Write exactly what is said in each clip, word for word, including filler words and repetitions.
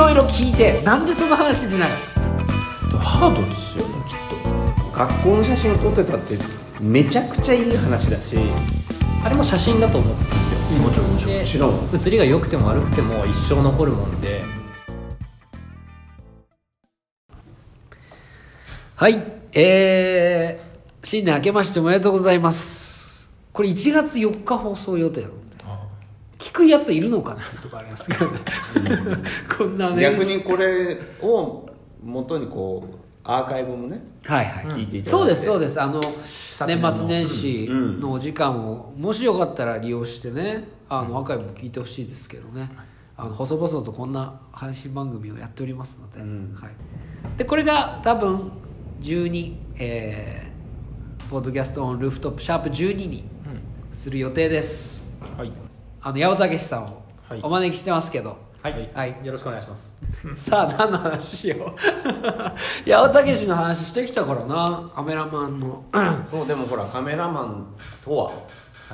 ろいろ聞いて、なんでその話になるハードですよね、きっと。 学校の写真を撮ってたってめちゃくちゃいい話だし、 あれも写真だと思うんですよ。 もちろんもちろん。 でもちろん写りが良くても悪くても一生残るもんで。 はい、えー、新年明けましておめでとうございます。これいちがつよっか放送予定なので、聞くやついるのかなっていうところありますけどねこんなね、 逆にこれを元にこうアーカイブもね、 はいはい、 聞いていただいて、 そうですそうです。あの年の年末年始のお時間をもしよかったら利用してね、あのアーカイブも聞いてほしいですけどね、あの細々とこんな配信番組をやっておりますので、 うんはい、でこれが多分じゅうに、えー、ポッドキャストオンルーフトップシャープじゅうににする予定です。 はい。 あの八尾武さんをはいお招きしてますけど、 はい、 はい、 よろしくお願いしますさあ何の話しよう八尾武の話してきたからな、カメラマンのそうでもほらカメラマンとは、 はい、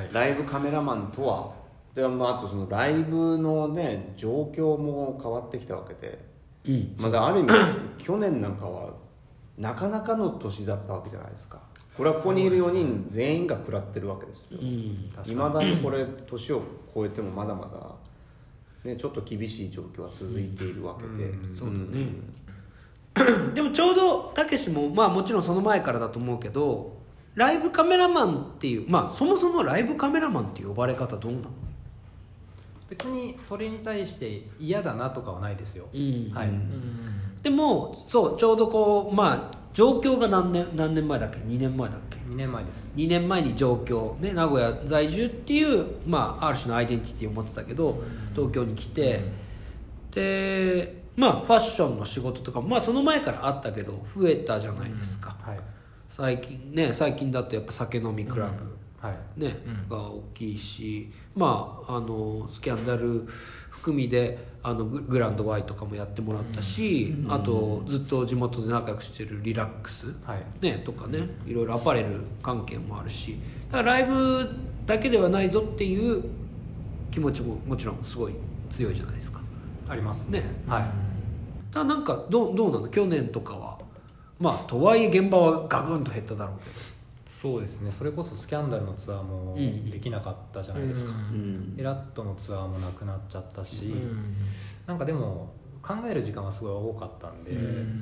ライブカメラマンとはで、まあ、あとそのライブのね状況も変わってきたわけで、 うん、 まだある意味去年なんかはなかなかの年だったわけじゃないですか。これはここにいるよにん全員が食らってるわけですよ。いま、うん、だにこれ年を超えてもまだまだ、ね、ちょっと厳しい状況は続いているわけで、 うん、そうだね、うん、でもちょうどたけしも、まあ、もちろんその前からだと思うけど、ライブカメラマンっていう、まあそもそもライブカメラマンっていう呼ばれ方どうなの？ 別にそれに対して嫌だなとかはないですよ、 うんはい、うん、 でもそうちょうどこうまあ状況が何年何年前だっけにねんまえだっけにねんまえですにねんまえに上京、ね、名古屋在住っていう、まあ、ある種のアイデンティティを持ってたけど東京に来て、でまあファッションの仕事とかも、まあ、その前からあったけど増えたじゃないですか、 はい、 最近ね最近だとやっぱ酒飲みクラブ、 はいねうん、が大きいし、まああのスキャンダル含みであの グ, グランド Y とかもやってもらったし、うん、あとずっと地元で仲良くしてるリラックス、はいね、とかね、いろいろアパレル関係もあるし、だからライブだけではないぞっていう気持ちももちろんすごい強いじゃないですか。 ありますね、 はい、 だからなんかどう、どうなの去年とかは、まあとはいえ現場はガクンと減っただろうけど。 そうですね、それこそスキャンダルのツアーもできなかったじゃないですか、うん、でラットのツアーもなくなっちゃったし、うん、なんかでも考える時間はすごい多かったんで、うん、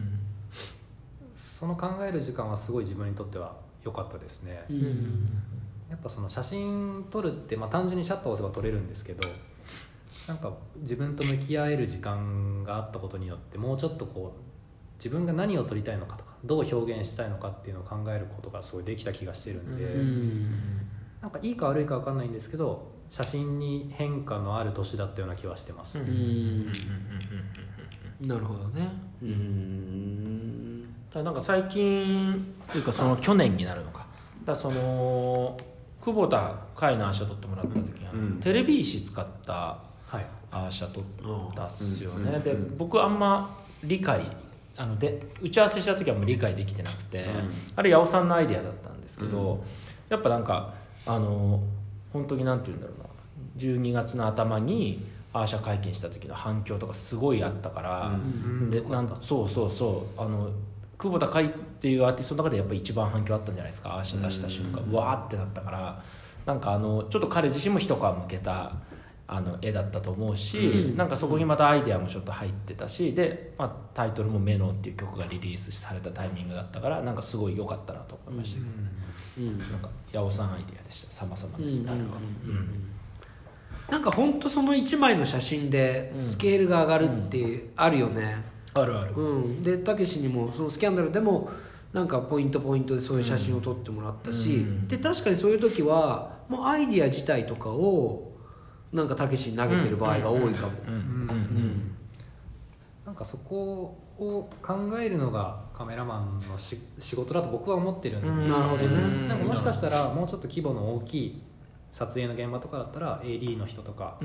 その考える時間はすごい自分にとっては良かったですね、うん、やっぱその写真撮るって、まあ、単純にシャッターを押せば撮れるんですけど、なんか自分と向き合える時間があったことによってもうちょっとこう自分が何を撮りたいのかとかどう表現したいのかっていうのを考えることがすごいできた気がしてるんで、うんなんかいいか悪いか分かんないんですけど写真に変化のある年だったような気はしてます。うんなるほどね。 うんだからなんか最近というかその去年になるのかだその久保田海のアーシャ撮ってもらった時に、うん、テレビ石使ったアーシャ撮ったっすよね、うん、で僕あんま理解あので打ち合わせした時はもう理解できてなくて、うん、あれ八尾さんのアイデアだったんですけど、うん、やっぱなんかあの本当になんて言うんだろうなじゅうにがつの頭にアーシャ会見した時の反響とかすごいあったから、うん、でなんかそうそうそうあの久保田海っていうアーティストの中でやっぱ一番反響あったんじゃないですか。アーシャ出した瞬間、うん、わーってなったからなんかあのちょっと彼自身も一皮むけたあの絵だったと思うし、うん、なんかそこにまたアイデアもちょっと入ってたしで、まあ、タイトルも「メノ」っていう曲がリリースされたタイミングだったからなんかすごい良かったなと思いましたけど、うんうん、なんか八尾さんアイデアでした様々ですね、うんうんうん、 なんかほんとそのいちまいの写真でスケールが上がるってあるよね、 うん、あるある、 うん、でたけしにもそのスキャンダルでもなんかポイントポイントでそういう写真を撮ってもらったし、うん、で確かにそういう時はもうアイディア自体とかをなんかたけしに投げてる場合が多いかも。 なんかそこを考えるのがカメラマンのし仕事だと僕は思ってるんで、うん、 なるほどね。 なんかもしかしたらもうちょっと規模の大きい撮影の現場とかだったら エーディー の人とか、うん、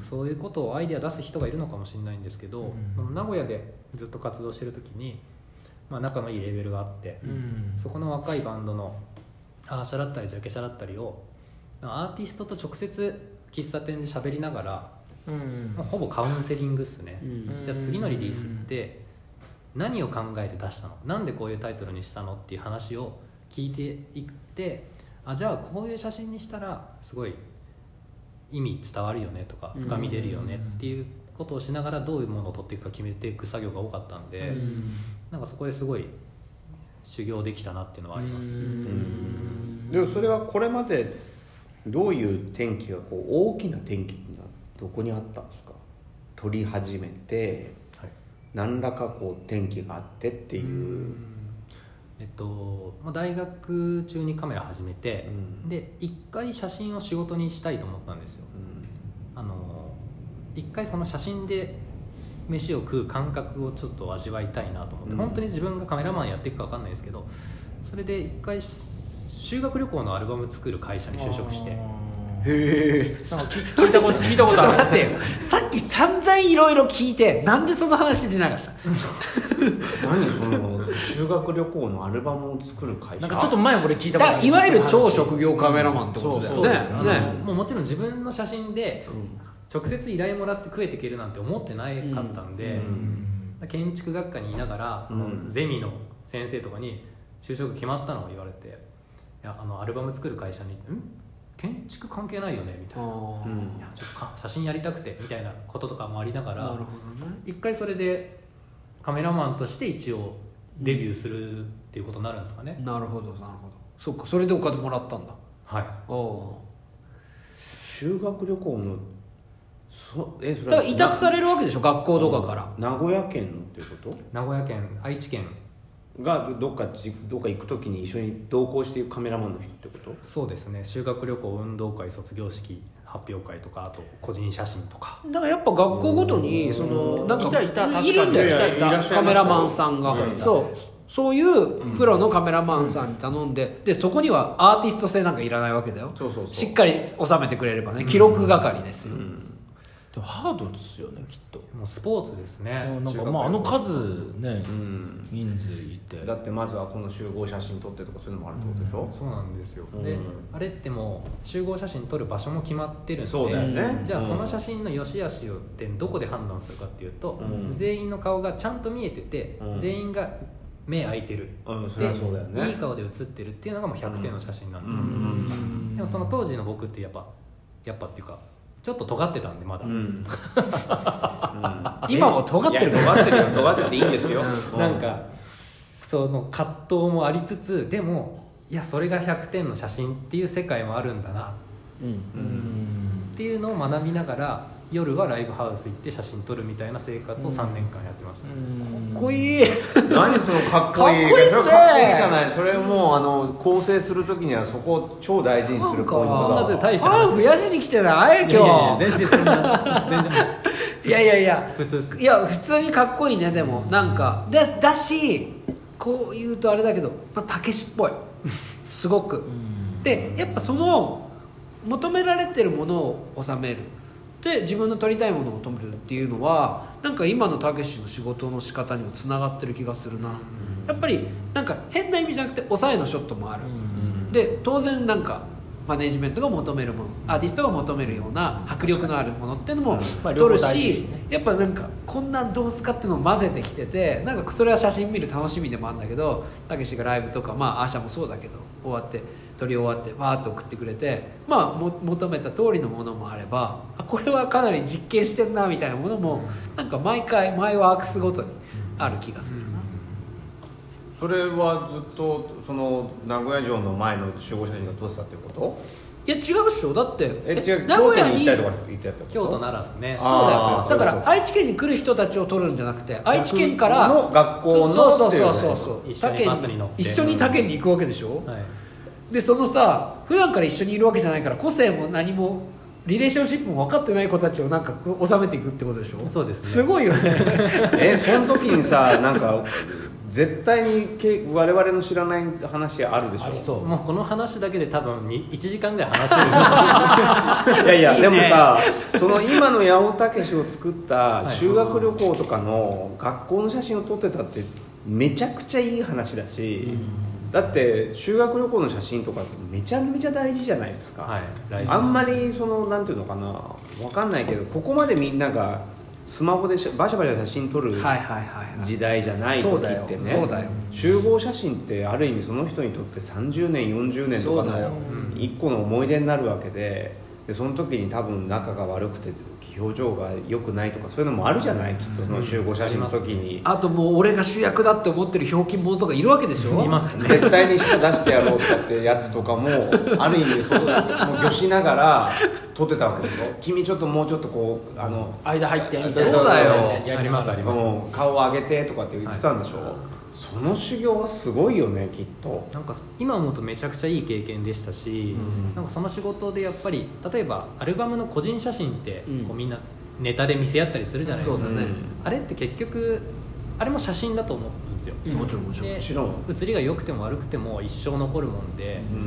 そういうことをアイデア出す人がいるのかもしれないんですけど、うん、名古屋でずっと活動してる時に、まあ、仲のいいレベルがあって、うん、そこの若いバンドのアーシャだったりジャケシャだったりをアーティストと直接喫茶店で喋りながらうん、 もうほぼカウンセリングっすね、 うん、 じゃあ次のリリースって何を考えて出したの、なんでこういうタイトルにしたのっていう話を聞いていって、あじゃあこういう写真にしたらすごい意味伝わるよねとか深み出るよねっていうことをしながらどういうものを撮っていくか決めていく作業が多かったんで、うん、なんかそこですごい修行できたなっていうのはあります。うん、 でもそれはこれまでどういう転機がこう大きな転機がどこにあったんですか？撮り始めて、はい、何らかこう転機があってっていう。うんえっとまあ、大学中にカメラ始めて、うん、で一回写真を仕事にしたいと思ったんですよ、うん、あの一回その写真で飯を食う感覚をちょっと味わいたいなと思って、うん、本当に自分がカメラマンやっていくか分かんないですけど、それで一回修学旅行のアルバム作る会社に就職して、 へえ聞いたこと聞いたことある。 ちょっと待ってよ、さっき散々いろいろ聞いてなんでその話出なかった何その修学旅行のアルバムを作る会社、 なんかちょっと前俺聞いたことある。 いわゆる超職業カメラマンってことだよね。 そうね、もうもちろん自分の写真で直接依頼もらって食えていけるなんて思ってなかったんで、うんうん、建築学科にいながらそのゼミの先生とかに就職決まったのを言われて、いやあのアルバム作る会社にん建築関係ないよねみたいな、うん、いやちょっとか写真やりたくてみたいなこととかもありながら、なるほど、ね、一回それでカメラマンとして一応デビューするっていうことになるんですかね、 うん、なるほどなるほど、そっか、それでお金もらったんだ。 はい。 お修学旅行のそえそれだから委託されるわけでしょ、学校とかから。 名古屋県のっていうこと？ 名古屋県、愛知県がどっかどっか行くときに一緒に同行しているカメラマンの人ってこと？ そうですね、修学旅行、運動会、卒業式、発表会とか、あと個人写真とか。 だからやっぱ学校ごとにそのなんかいたいた確かにいるんだよ、 いたいたカメラマンさんが、そうそういうプロのカメラマンさんに頼んで、うん、でそこにはアーティスト性なんかいらないわけだよ。 そうそうそう、 しっかり収めてくれればね、記録係ですよ、 うんうん、 でもハードですよねきっと。 もうスポーツですね。 なんかまああの数ね、うん、人数いて、 だってまずはこの集合写真撮ってとかそういうのもあるってことでしょ、うん、 そうなんですよ、 うん、 であれってもう集合写真撮る場所も決まってるんで、 そうだよね、 じゃあその写真の良し悪しをってどこで判断するかっていうと、うん、全員の顔がちゃんと見えてて、うん、全員が目開いてる、 うん、それはそうだよね、 いい顔で写ってるっていうのがもうひゃくてんの写真なんですよ、うん、でもその当時の僕ってやっぱやっぱっていうかちょっと尖ってたんでまだ、うんうん、 今も尖ってる尖ってるよ、尖ってていいんですよなんかその葛藤もありつつ、でもいやそれがひゃくてんの写真っていう世界もあるんだな、うんうん、っていうのを学びながら夜はライブハウス行って写真撮るみたいな生活をさんねんかんやってました、 うん、かっこいい何そのかっこいい、 かっこいいっすね、 かっこいいじゃない、それもうあの構成するときにはそこを超大事にするポイントだ。 ファン増やしに来てない今日。いやいや全然そんな全然いやいやいや普通っす。 いや普通にかっこいいね。でもなんかでだしこう言うとあれだけどたけしっぽいすごくで、やっぱその求められてるものを収めるで自分の撮りたいものを撮るっていうのはなんか今のたけしの仕事の仕方にもつながってる気がするな。やっぱりなんか変な意味じゃなくて抑えのショットもあるで、当然なんかマネジメントが求めるもの、アーティストが求めるような迫力のあるものっていうのも撮るし、やっぱなんかこんなんどうすかっていうのを混ぜてきてて、なんかそれは写真見る楽しみでもあるんだけど、たけしがライブとかまあアーシャもそうだけど終わって撮り終わってバーッと送ってくれて、まあも求めた通りのものもあれば、これはかなり実験してんなみたいなものもなんか毎回毎ワークスごとにある気がするな。 それはずっとその名古屋城の前の集合写真が撮ってたっていうこと？ いや違うっしょ。だってえ違う、名古屋に行ったりとか言ってやった京都奈良ですね。 そうだよ。だから愛知県に来る人たちを撮るんじゃなくて、愛知県からの学校のそうそうそうそうそう一緒にバスに乗って一緒に他県に行くわけでしょ、 はい、 でそのさ普段から一緒にいるわけじゃないから個性も何もリレーションシップも分かってない子たちをなんか収めていくってことでしょ。 そうですね。 すごいよねえその時にさなんか絶対に我々の知らない話あるでしょ。 ありそう。 もうこの話だけで多分いちじかんぐらい話せるいやいやいい、ね、でもさその今の八尾武を作った修学旅行とかの学校の写真を撮ってたってめちゃくちゃいい話だし、 だって修学旅行の写真とかってめちゃめちゃ大事じゃないですか、 はい、大事。 あんまりそのなんていうのかな分かんないけどここまでみんながスマホでバシャバシャ写真撮る時代じゃない時ってね、 そうだよ集合写真ってある意味その人にとってさんじゅうねんよんじゅうねんとかの一個の思い出になるわけで、でその時に多分仲が悪くて表情が良くないとかそういうのもあるじゃない、きっとその集合写真の時に、 あともう俺が主役だって思ってるひょうきん者とかいるわけでしょ。 いますね。 絶対に舌出してやろうとかってやつとかもある意味そうもう魚しながら撮ってたわけでしょ。君ちょっともうちょっとこうあの間入ってみたいな。 そうだよ。 ありますあります。 顔を上げてとかって言ってたんでしょ、はい、その修行はすごいよねきっと。 なんか今思うとめちゃくちゃいい経験でしたし、うん、なんかその仕事でやっぱり例えばアルバムの個人写真ってこうみんなネタで見せ合ったりするじゃないですか、 そうだね、 あれって結局あれも写真だと思うんですよ、 うん、もちろんもちろんもちろん写りが良くても悪くても一生残るもんで、うん、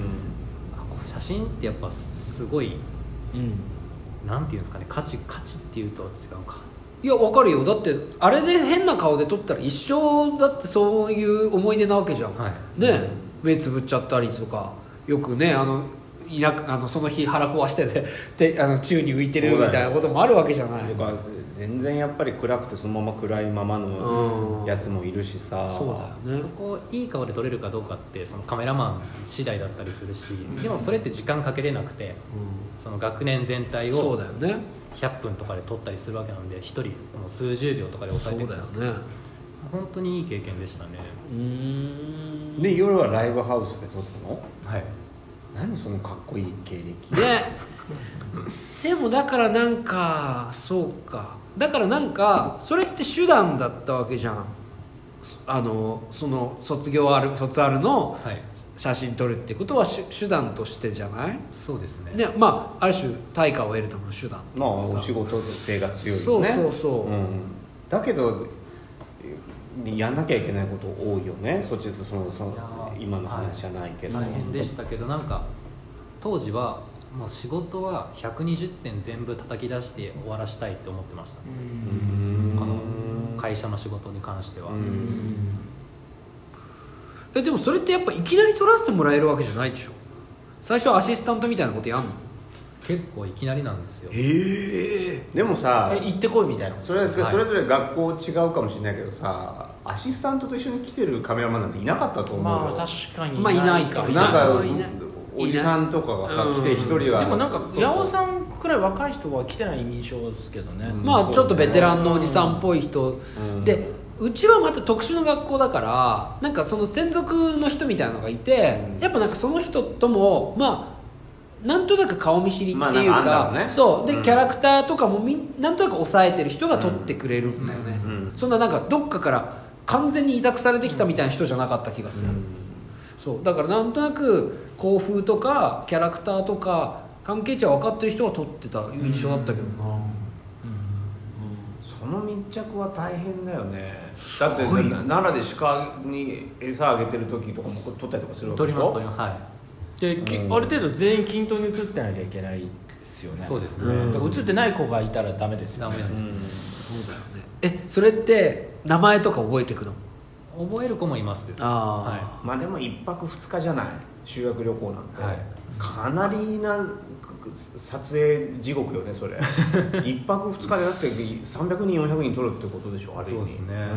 あこう写真ってやっぱすごい、うん、なんていうんですかね、価値価値っていうと違うか。 いや分かるよ。だってあれで変な顔で撮ったら一生だってそういう思い出なわけじゃん、はい、ね、目つぶっちゃったりとかよくね、あのいなあのその日腹壊しててであの宙に浮いてるみたいなこともあるわけじゃない。 とか全然やっぱり暗くてそのまま暗いままのやつもいるしさ、 そうだよね。 そこいい顔で撮れるかどうかってそのカメラマン次第だったりするし、でもそれって時間かけれなくて、うん、その学年全体をそうだよねひゃっぷんとかで撮ったりするわけなんで、ひとりもう数十秒とかで抑えてくるんです。そうだよね。本当にいい経験でしたね。 うーんで夜はライブハウスで撮ってたの？ はい。 何そのかっこいい経歴ねでもだからなんかそうかだからなんかそれって手段だったわけじゃん。あのその卒業ある卒アルの写真撮るってことは手段としてじゃない？ そうですね。 ね、まあある種対価を得るための手段。 まあお仕事性が強いよね。 そうそうそう。 うん、だけどやんなきゃいけないこと多いよね。そっちそのその今の話じゃないけど、 はい、大変でしたけど、なんか当時はもう仕事はひゃくにじゅってん全部叩き出して終わらしたいって思ってました。うんこの会社の仕事に関しては。うんえでもそれってやっぱいきなり取らせてもらえるわけじゃないでしょ。最初はアシスタントみたいなことやんの？ 結構いきなりなんですよ。 へえ。 でもさ、 え行ってこいみたいな。 それそれぞれ学校違うかもしれないけどさ、アシスタントと一緒に来てるカメラマンなんていなかったと思うよ。 まあ確かにまあいないか。 なんかおじさんとかがさ来て一人は。 でもなんか八尾さんくらい若い人は来てない印象ですけどね。 うん、まあちょっとベテランのおじさんっぽい人、うん、でうちはまた特殊な学校だからなんかその専属の人みたいなのがいて、うん、やっぱなんかその人ともまあなんとなく顔見知りっていうか、まあね、そうで、うん、キャラクターとかもみなんとなく抑えてる人が撮ってくれるんだよね、うんうん、そんななんかどっかから完全に委託されてきたみたいな人じゃなかった気がする、うん、そうだからなんとなく校風とかキャラクターとか関係値は分かってる人が撮ってた印象だったけどな、うんうんうん、 その密着は大変だよね。だって奈良で鹿に餌あげてる時とかも撮ったりとかするわけでしょ。 撮ります撮ります。はいで、うん、ある程度全員均等に映ってなきゃいけないですよね。 そうですね、 だから映ってない子がいたらダメですよね。 ダメです、 うん、そうだよね。えそれって名前とか覚えていくの？ 覚える子もいます。 あ、はい、まあでもいっぱくふつかじゃない修学旅行なんて、はい、かなりな撮影地獄よねそれいっぱくふつかでだってさんびゃくにんよんひゃくにん撮るってことでしょ。ある意味そうですね、うん、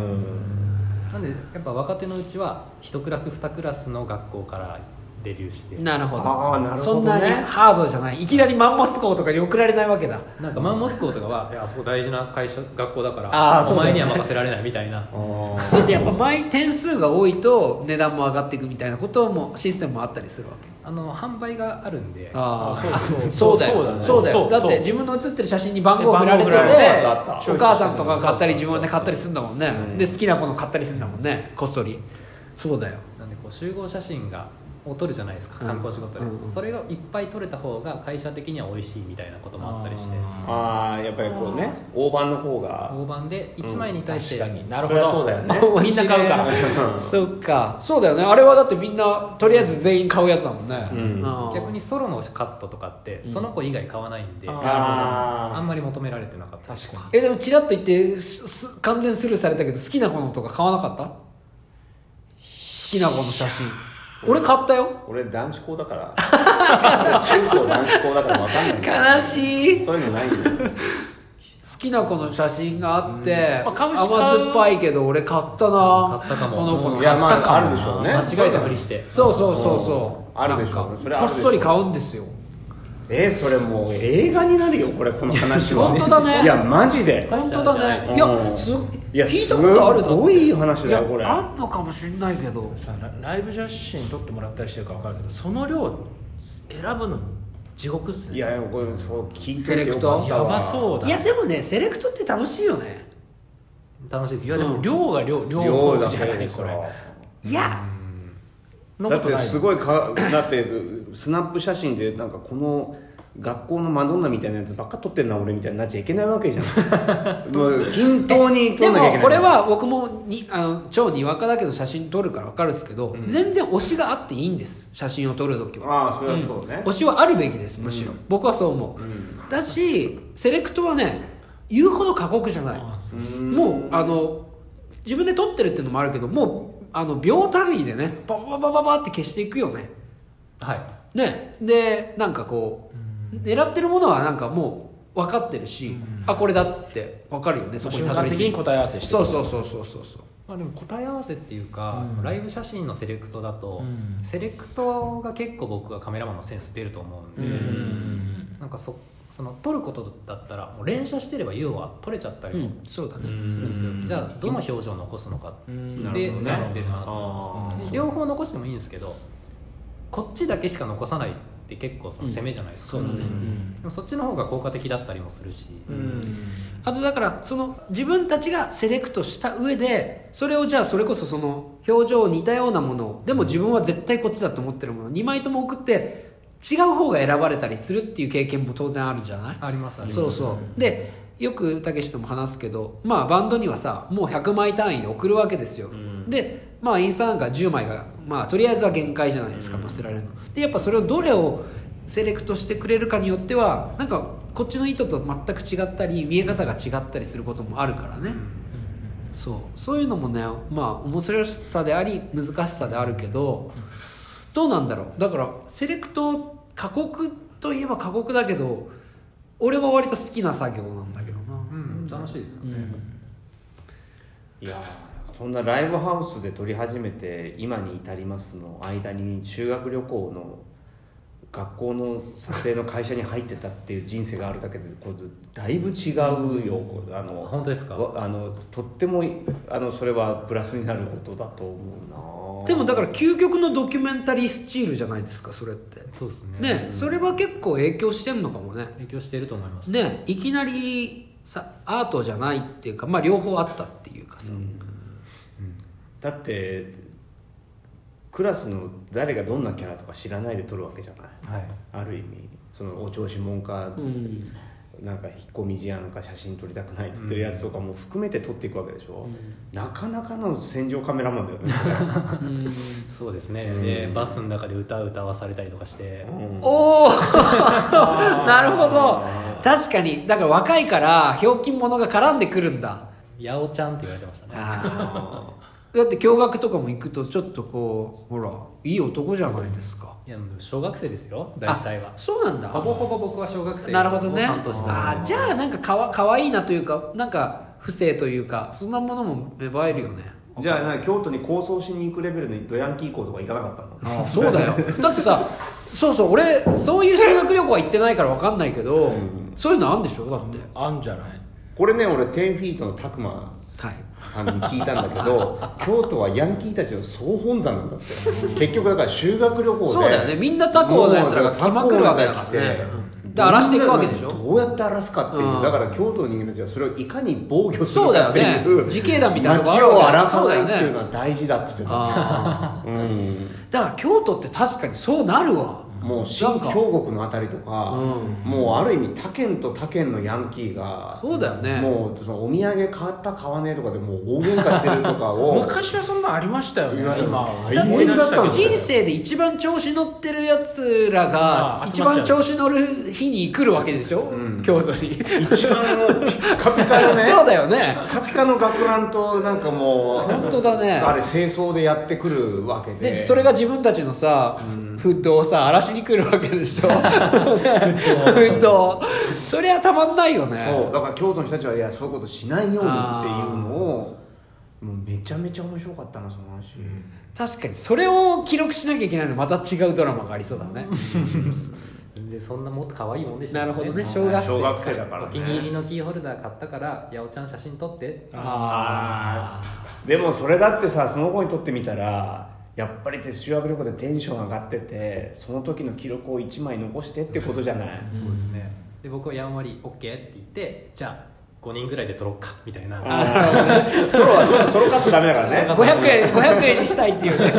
なんでやっぱ若手のうちはいちクラスにクラスの学校からデビューして。 なるほど。 あ、なるほどね。 そんなにハードじゃない。いきなりマンモス校とかに送られないわけだ。 なんかマンモス校とかはいやあそこ大事な会社学校だからあお前には任せられないみたいな。 それでやっぱ毎点数が多いと値段も上がっていくみたいなこともシステムもあったりするわけ。 あの販売があるんで。 ああそうそうそうだよそうだよ。だって自分の写ってる写真に番号振られててお母さんとか買ったり自分で買ったりするんだもんね。で好きな子の買ったりするんだもんね。こっそり。そうだよ。 なんでこう集合写真がを撮るじゃないですか、観光仕事で、うんうん、それがいっぱい撮れた方が会社的には美味しいみたいなこともあったりして。 ああやっぱりこうね大判の方が大判でいちまいに対して、 うん、確かになるほどそうだよねみんな買うからそっかそうだよね。あれはだってみんなとりあえず全員買うやつだもんね、うん、 逆にソロのカットとかってその子以外買わないんで、うん、あ, あんまり求められてなかった。 確かに。 えでもチラッと言って完全スルーされたけど好きな子のとか買わなかった？好きな子の写真俺買ったよ。 俺男子校だから中高男子校だから分かんない悲しい。 そういうのないんだよ。 好きな子の写真があって、 まあ甘酸っぱいけど俺買ったな。 買ったかも。 その子のいやまああるでしょうね。 間違えたふりして。 そうそうそうそう。 あるでしょう。 それこっそり買うんですよ。 えー、それもう映画になるよこれこの話は。 本当だね。 いやマジで。 本当だね。いやすいや聞いたことあるだすごい話だよこれ。 あんのかもしれないけど。 さライブ写真撮ってもらったりしてるか分かるけど、その量選ぶの地獄っすね。 いやこれそう聞いててよかったやばそうだ。 いやでもねセレクトって楽しいよね。 楽しいです。いやでも量が量量法じゃないこれ。 いやだってすごいかだってスナップ写真でなんかこの学校のマドンナみたいなやつばっか撮ってんな俺みたいになっちゃいけないわけじゃん。もう均等に撮んなきゃいけない。 でもこれは僕もにあの超にわかだけど写真撮るから分かるんですけど、うん、全然推しがあっていいんです。写真を撮るときは。 ああそれはそうね、 うん、推しはあるべきですむしろ、うん、僕はそう思う、うん、だしセレクトはね言うほど過酷じゃない。もうあの自分で撮ってるっていうのもあるけどもうあの秒単位でねバババババって消していくよね。 はいねでなんかこう狙ってるものはなんかもう分かってるし、うん、あこれだって分かるよね。そこに瞬間的に答え合わせしてそうそうそうそうそうそう。 まあでも答え合わせっていうか、うん、ライブ写真のセレクトだと、うん、セレクトが結構僕はカメラマンのセンス出ると思うんで、うん、なんか そ, その撮ることだったらもう連写してれば要は撮れちゃったりもするんですけど、うん、じゃあどの表情を残すのかでセンス出るなと思うんです。両方残してもいいんですけどこっちだけしか残さないって結構その攻めじゃないですか、うんそうだねうん、でもそっちの方が効果的だったりもするし、うん、 あとだからその自分たちがセレクトした上でそれをじゃあそれこそその表情似たようなものをでも自分は絶対こっちだと思ってるものをにまいとも送って違う方が選ばれたりするっていう経験も当然あるじゃない。 ありますあります。 そうそう、うん、でよくたけしとも話すけどまあバンドにはさもうひゃくまい単位で送るわけですよ、うん、でまあインスタなんかじゅうまいがまあとりあえずは限界じゃないですか、うん、載せられるのでやっぱそれをどれをセレクトしてくれるかによってはなんかこっちの意図と全く違ったり見え方が違ったりすることもあるからね、うん、そうそういうのもねまあ面白さであり難しさであるけどどうなんだろう。だからセレクト過酷といえば過酷だけど俺は割と好きな作業なんだけどな、 うん、楽しいですよね、 うん、いやそんなライブハウスで撮り始めて今に至りますの間に修学旅行の学校の撮影の会社に入ってたっていう人生があるだけでこれだいぶ違うよ。あの本当ですか。 あのとってもあのそれはプラスになることだと思うな。 でもだから究極のドキュメンタリースチールじゃないですかそれって。 そうですね。 ね、それは結構影響してんのかもね。 影響していると思います。 ね、いきなりさアートじゃないっていうかまあ両方あったっていうかさ、うんうん、 だってクラスの誰がどんなキャラとか知らないで撮るわけじゃない、はい、ある意味そのお調子者か、うん、なんか引っ込み思案か写真撮りたくないっつってるやつとかも含めて撮っていくわけでしょ、うん、なかなかの戦場カメラマンだよねうん、そうですね、うん、でバスの中で歌歌わされたりとかして、 うん、おおなるほど確かにだから若いからひょうきん者が絡んでくるんだ。 八百ちゃんって言われてましたね。 あだって共学とかも行くとちょっとこうほらいい男じゃないですか。 いや小学生ですよ大体は。 そうなんだ。 ほぼほぼ僕は小学生なるほどね。 担当してた。 あじゃあなんかかわかわいいなというかなんか不正というかそんなものも芽生えるよね。 じゃあ京都に構想しに行くレベルのドヤンキー校とか行かなかったの。 あそうだよだってさそうそう俺そういう修学旅行は行ってないから分かんないけど、うん、そういうのあるんでしょだって。 あんじゃないこれね俺じゅうフィートのタクマさんに聞いたんだけど京都はヤンキーたちの総本山なんだって結局だから修学旅行でそうだよねみんな他校のやつらが来まくるわけだからね、うん、で荒らしていくわけでしょ。 どうやって荒らすかっていう、うん、だから京都の人間たちはそれをいかに防御するかっていう、 ね、自警団みたいな街を荒らさないっていうのは大事だって言ってた、 うん、だから京都って確かにそうなるわ、うもう新京極のあたりとか、うん、もうある意味他県と他県のヤンキーがそうだよねもうそのお土産買った買わねえとかでもう大喧嘩してるとかを昔はそんなありましたよね。今大変だったんですよ。 人生で一番調子乗ってるやつらが一番調子乗る日に来るわけでしょ、うん、京都に一番のピッカピカのねそうだよねピカピカの学ランとなんかもう本当だねあれ清掃でやってくるわけででそれが自分たちのさ、うん、フッドをさ荒らしに来るわけでしょフッドそりゃたまんないよね。 そうだから京都の人たちはいやそういうことしないようにっていうのをもうめちゃめちゃ面白かったなその話、うん、 確かにそれを記録しなきゃいけないのまた違うドラマがありそうだねでそんなもっと可愛いもんでしたね。なるほどね小学生小学生だから、ね、 お気に入りのキーホルダー買ったから八百ちゃん写真撮ってああでもそれだってさその子にとってみたらやっぱり修学旅行でテンション上がっててその時の記録をいちまい残してってことじゃない、 そうですね。で僕はやんわり OK って言ってじゃあごにんぐらいで撮ろうかみたいな。 あソロはソロソロカットダメだからねごひゃくえんごひゃくえんにしたいっていうね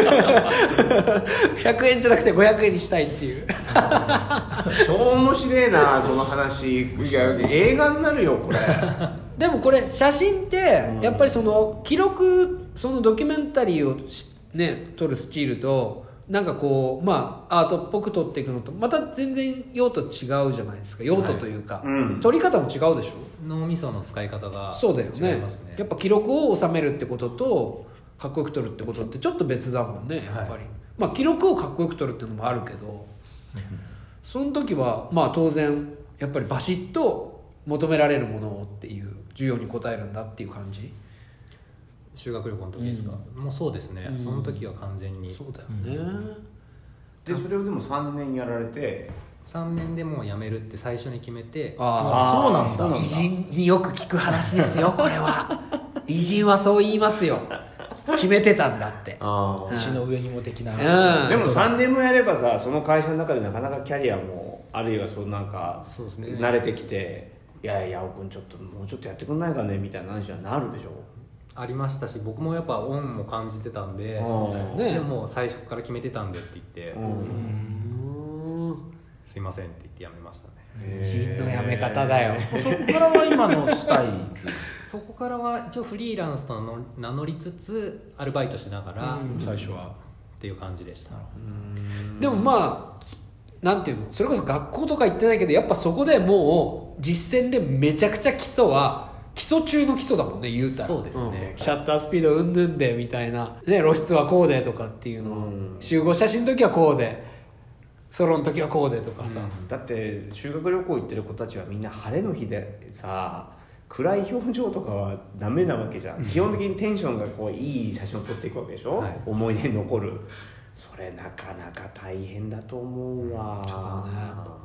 ひゃくえんじゃなくてごひゃくえんにしたいっていう超面白いなその話。いや映画になるよこれでもこれ写真ってやっぱりその記録そのドキュメンタリーをね撮るスチールとなんかこうまあアートっぽく撮っていくのとまた全然用途違うじゃないですか。用途というか、はいうん、撮り方も違うでしょ。 脳みその使い方がそうだよね。 違いますね。 やっぱ記録を収めるってこととかっこよく撮るってことってちょっと別だもんねやっぱり、はい、まあ記録をかっこよく撮るっていうのもあるけどその時はまあ当然やっぱりバシッと求められるものをっていう需要に応えるんだっていう感じ。 修学旅行の時ですか、うん、もうそうですね、うん、その時は完全にそうだよね、うん、 でそれをでもさんねんやられてさんねんでもう辞めるって最初に決めてああそうなんだ。偉人によく聞く話ですよこれは偉人はそう言いますよ決めてたんだってあ石の上にも的な、 うん、でもさんねんもやればさその会社の中でなかなかキャリアもあるいはそうなんかそうです、ね、慣れてきていやいや青君ちょっともうちょっとやってくんないかねみたいな話になるでしょ。 ありましたし僕もやっぱ恩も感じてたんでそうだよね。 でも最初から決めてたんでって言ってうんすいませんって言って辞めましたね。 偉人の辞め方だよそこからは今のスタイルそこからは一応フリーランスと名乗りつつアルバイトしながら最初はっていう感じでした。 でもまあなんていうのそれこそ学校とか行ってないけどやっぱそこでもう実践でめちゃくちゃ基礎は基礎中の基礎だもんね言うたら。 そうですね、 うん、シャッタースピードうんぬんでみたいな、ね、露出はこうでとかっていうのを、うん、集合写真の時はこうでソロの時はこうでとかさ、 うん、だって修学旅行行ってる子たちはみんな晴れの日でさ暗い表情とかはダメなわけじゃん基本的にテンションがこういい写真を撮っていくわけでしょ、はい、思い出に残る。それなかなか大変だと思うわ。 ちょっとね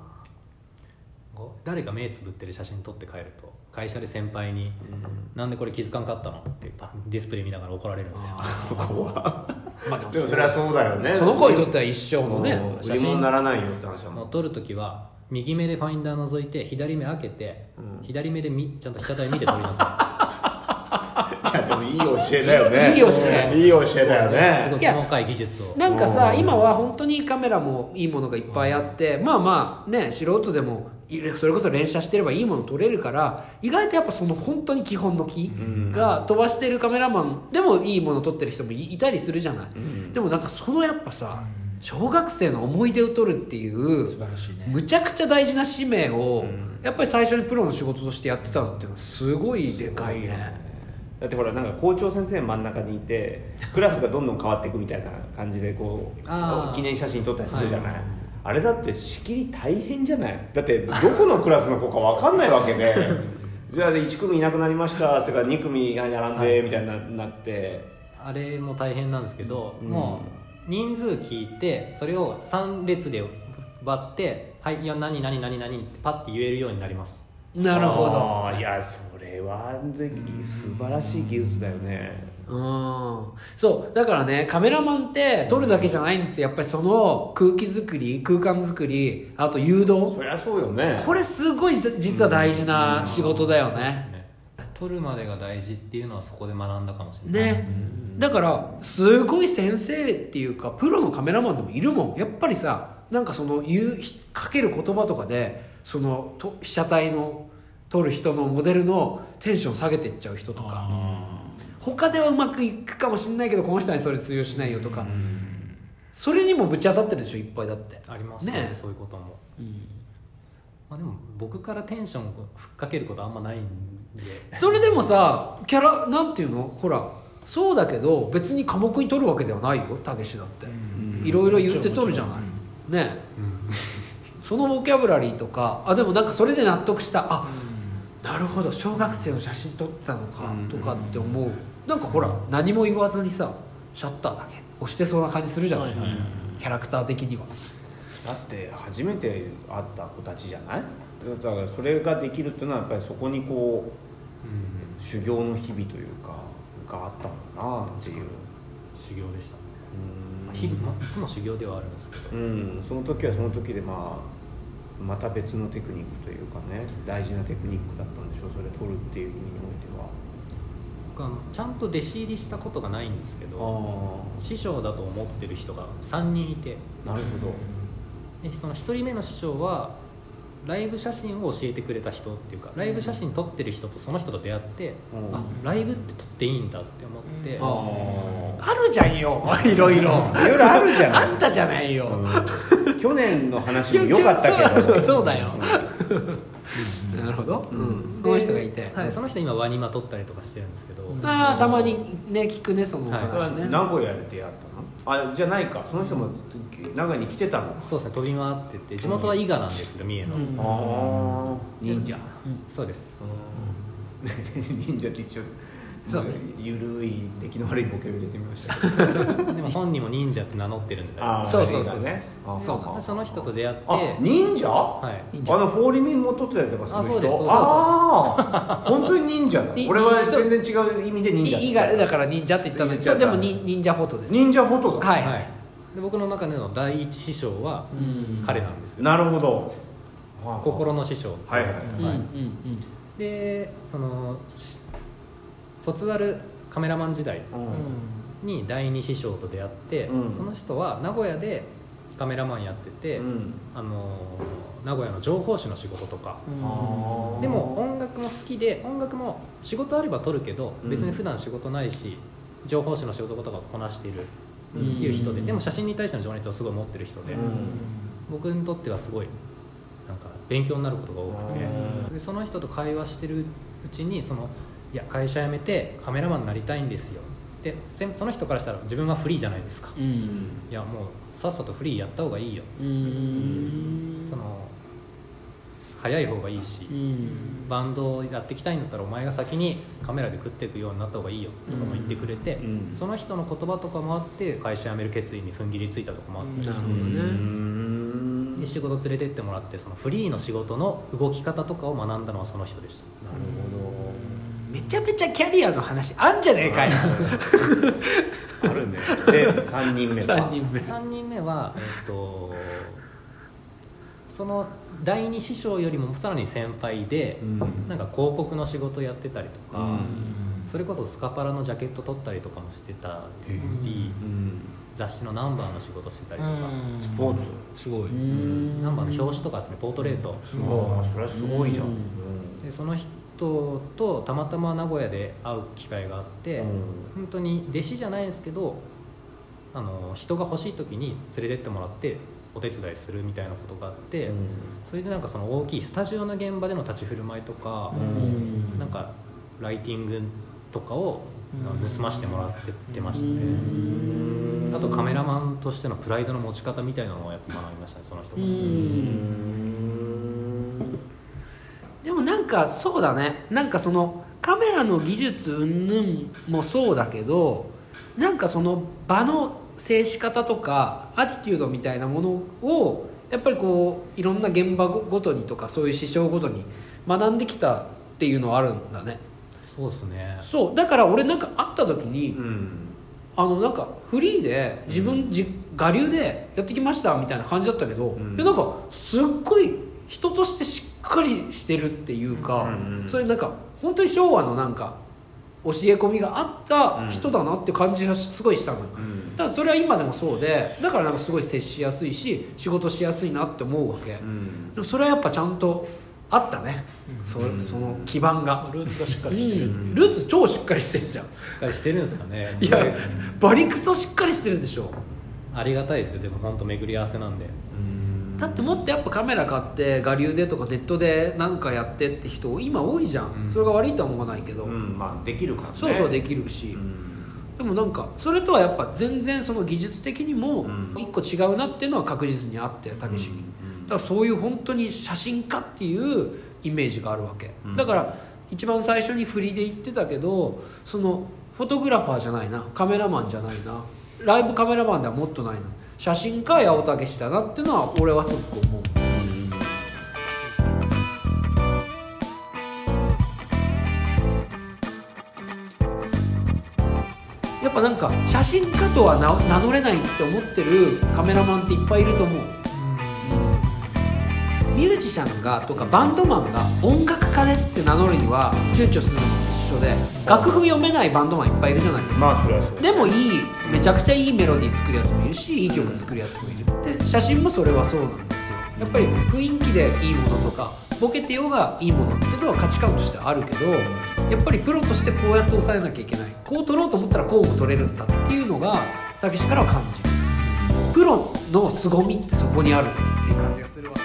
誰か目つぶってる写真撮って帰ると会社で先輩に、うん、なんでこれ気づかんかったのってディスプレイ見ながら怒られるんですよ。 まあでもそれはそうだよね。 その子にとっては一生のね売り物にならないよって話はもう撮るときは右目でファインダー覗いて左目開けて、うん、左目でみちゃんと被写体見て撮りなさい。いやでもいい教えだよね。 いい教えいい教えだよね。 すごい細かい技術をなんかさ今は本当にカメラもいいものがいっぱいあって、うん、まあまあね素人でもそれこそ連写してればいいもの撮れるから意外とやっぱその本当に基本の木が飛ばしてるカメラマンでもいいもの撮ってる人もいたりするじゃない、うん、でもなんかそのやっぱさ小学生の思い出を撮るっていう素晴らしいねむちゃくちゃ大事な使命をやっぱり最初にプロの仕事としてやってたのっていうのはすごいでかいね。 だってほらなんか校長先生真ん中にいてクラスがどんどん変わっていくみたいな感じでこう記念写真撮ったりするじゃない、はい、あれだって仕切り大変じゃない。だってどこのクラスの子か分かんないわけでじゃあいち組いなくなりましたそれからに組が並んでみたいになって、 はい、あれも大変なんですけど、うん、もう人数聞いてそれをさん列で割ってはいいや何何何何ってパッて言えるようになります。 なるほど。 いやそれは素晴らしい技術だよね。 うんそうだからねカメラマンって撮るだけじゃないんですよ。やっぱりその空気作り空間作りあと誘導そりゃそうよね。 これすごい実は大事な仕事だよね。 撮るまでが大事っていうのはそこで学んだかもしれないね。 だからすごい先生っていうかプロのカメラマンでもいるもん。やっぱりさ、なんかその言うかける言葉とかでそのと被写体の撮る人のモデルのテンション下げていっちゃう人とか、他ではうまくいくかもしれないけどこの人にそれ通用しないよとか、それにもぶち当たってるでしょ、いっぱい。だってありますね、ね、そういうことも、うん、まあ、でも僕からテンションふっかけることあんまないんで。 それでもさ、キャラなんていうの、ほらそうだけど別に科目に取るわけではないよ、たけしだっていろいろ言って取るじゃないね、うん、そのボキャブラリーとか。あ、でもなんかそれで納得した。あ、なるほど、小学生の写真撮ってたのかとかって思う。なんかほら何も言わずにさシャッターだけ押してそうな感じするじゃない、はいはいはい、キャラクター的には。 だって初めて会った子たちじゃない。だからそれができるっていうのはやっぱりそこにこう、うん、修行の日々というかがあったのかなっていう。 修行でしたね。うん、日々、まあ、いつも修行ではあるんですけど、 うん、その時はその時で、まあ、また別のテクニックというかね、大事なテクニックだったんでしょう、それ撮るっていう意味においては。 僕はちゃんと弟子入りしたことがないんですけど、師匠だと思ってる人がさんにんいて。 なるほど。 でそのひとりめの師匠はライブ写真を教えてくれた人っていうか、ライブ写真撮ってる人とその人と出会って、うん、あ、ライブって撮っていいんだって思って、 うん、あるじゃんよいろいろいろいろあるじゃんあったじゃないよ、 うん、去年の話も良かったけどそう、そうだよなるほど、うん、その人がいて、 はい、その人今ワニマ撮ったりとかしてるんですけど、 ああ、たまにね聞くね、その話ね、 はい、名古屋で出会ったの？あ、じゃないか、その人も名古屋に来てたの？ そうですね、飛び回ってて、地元は伊賀なんですけど、三重の、うん、 ああ、忍者、うん、 そうです、 うん、忍者って一応そう、ね、ゆるい出来の悪いボケを入れてみましたでも本人も忍者って名乗ってるんで、 あ、そうそうそうね、そうその人と出会って、 あ、忍者、 はい、 あのフォーリミンも撮ってたりとかする人。 あ、そうです、そうです、 あ本当に忍者だ。俺は全然違う意味で忍者。 いいがだから忍者って言ったのに、そうでも忍者フォトです。 忍者フォトだ。 はい、 はい、で僕の中での第一師匠は彼なんですよ。 なるほど。 心の師匠。 はいはいはい。うんうんうん、 でその卒アルカメラマン時代に第二師匠と出会って、うん、その人は名古屋でカメラマンやってて、うん、あの名古屋の情報誌の仕事とか、うん、でも音楽も好きで、音楽も仕事あれば撮るけど別に普段仕事ないし、うん、情報誌の仕事とかこなしているっていう人で、でも写真に対しての情熱をすごい持ってる人で、うん、僕にとってはすごいなんか勉強になることが多くて、でその人と会話してるうちに、そのいや会社辞めてカメラマンになりたいんですよで、その人からしたら自分はフリーじゃないですか、うん、いやもうさっさとフリーやった方がいいよ、うん、その早い方がいいし、うん、バンドをやっていきたいんだったらお前が先にカメラで食っていくようになった方がいいよとかも言ってくれて、うん、その人の言葉とかもあって会社辞める決意に踏ん切りついたとこもあって、 なるほどね、 で仕事連れてってもらって、そのフリーの仕事の動き方とかを学んだのはその人でした。 なるほど。 めちゃめちゃキャリアの話あんじゃねえかよあるね。でさんにんめはさんにんめさんにんめは、えー、とその第二師匠よりもさらに先輩で、うん、なんか広告の仕事やってたりとか、うん、それこそスカパラのジャケット撮ったりとかもしてたり、うん、雑誌のナンバーの仕事してたりとか、 うん、スポーツすごい、ナンバーの表紙とかですね、ポートレート、 ああそれはすごいじゃん、 でその人とたまたま名古屋で会う機会があって、うん、本当に弟子じゃないんですけど、あの人が欲しい時に連れてってもらってお手伝いするみたいなことがあって、うん、それでなんかその大きいスタジオの現場での立ち振る舞いとか、うん、なんかライティングとかを盗ましてもらってってましたね、うん、あとカメラマンとしてのプライドの持ち方みたいなのをやっぱ学びましたね、その人から。 でもなんかそうだね、なんかそのカメラの技術云々もそうだけど、なんかその場の接し方とかアティテュードみたいなものをやっぱりこういろんな現場ごとにとかそういう師匠ごとに学んできたっていうのはあるんだね。 そうですね。 そうだから俺なんか会った時に、うん、あのなんかフリーで自分、うん、自我流でやってきましたみたいな感じだったけど、うん、いやなんかすっごい人としてしっかりしてるっていうか、うんうん、それなんか本当に昭和のなんか教え込みがあった人だなって感じがすごいしたのよ、うん、だからそれは今でもそうで、だからなんかすごい接しやすいし仕事しやすいなって思うわけ、うん、でもそれはやっぱちゃんとあったね、うん、そ, その基盤がルーツがしっかりしてるっていう、 うん、ルーツ超しっかりしてんじゃん。しっかりしてるんですかね。 いやバリクソしっかりしてるでしょ。 ありがたいですよ。でも本当巡り合わせなんで。 だってもっとやっぱカメラ買って我流でとかネットで何かやってって人今多いじゃん、うん、それが悪いとは思わないけど、 うんまあ、できるからね。 そうそうできるし、うん、でもなんかそれとはやっぱ全然その技術的にも一個違うなっていうのは確実にあってたけしに、だからそういう本当に写真家っていうイメージがあるわけ、うん、だから一番最初に振りで言ってたけど、そのフォトグラファーじゃないな、カメラマンじゃないな、ライブカメラマンではもっとないな、写真家八尾武史だなっていうのは俺はすごく思う。やっぱなんか写真家とは 名, 名乗れないって思ってるカメラマンっていっぱいいると思う、うん、ミュージシャンがとかバンドマンが音楽家ですって名乗るには躊躇するのも一緒で、楽譜読めないバンドマンいっぱいいるじゃないですか、まあ、でもいいめちゃくちゃいいメロディー作るやつもいるし、いい曲作るやつもいる。で写真もそれはそうなんですよ。やっぱり雰囲気でいいものとかボケてようがいいものっていうのは価値観としてあるけど、やっぱりプロとしてこうやって抑えなきゃいけない、こう撮ろうと思ったらこうも撮れるんだっていうのがたけしからは感じる。プロの凄みってそこにあるっていう感じがするわけ。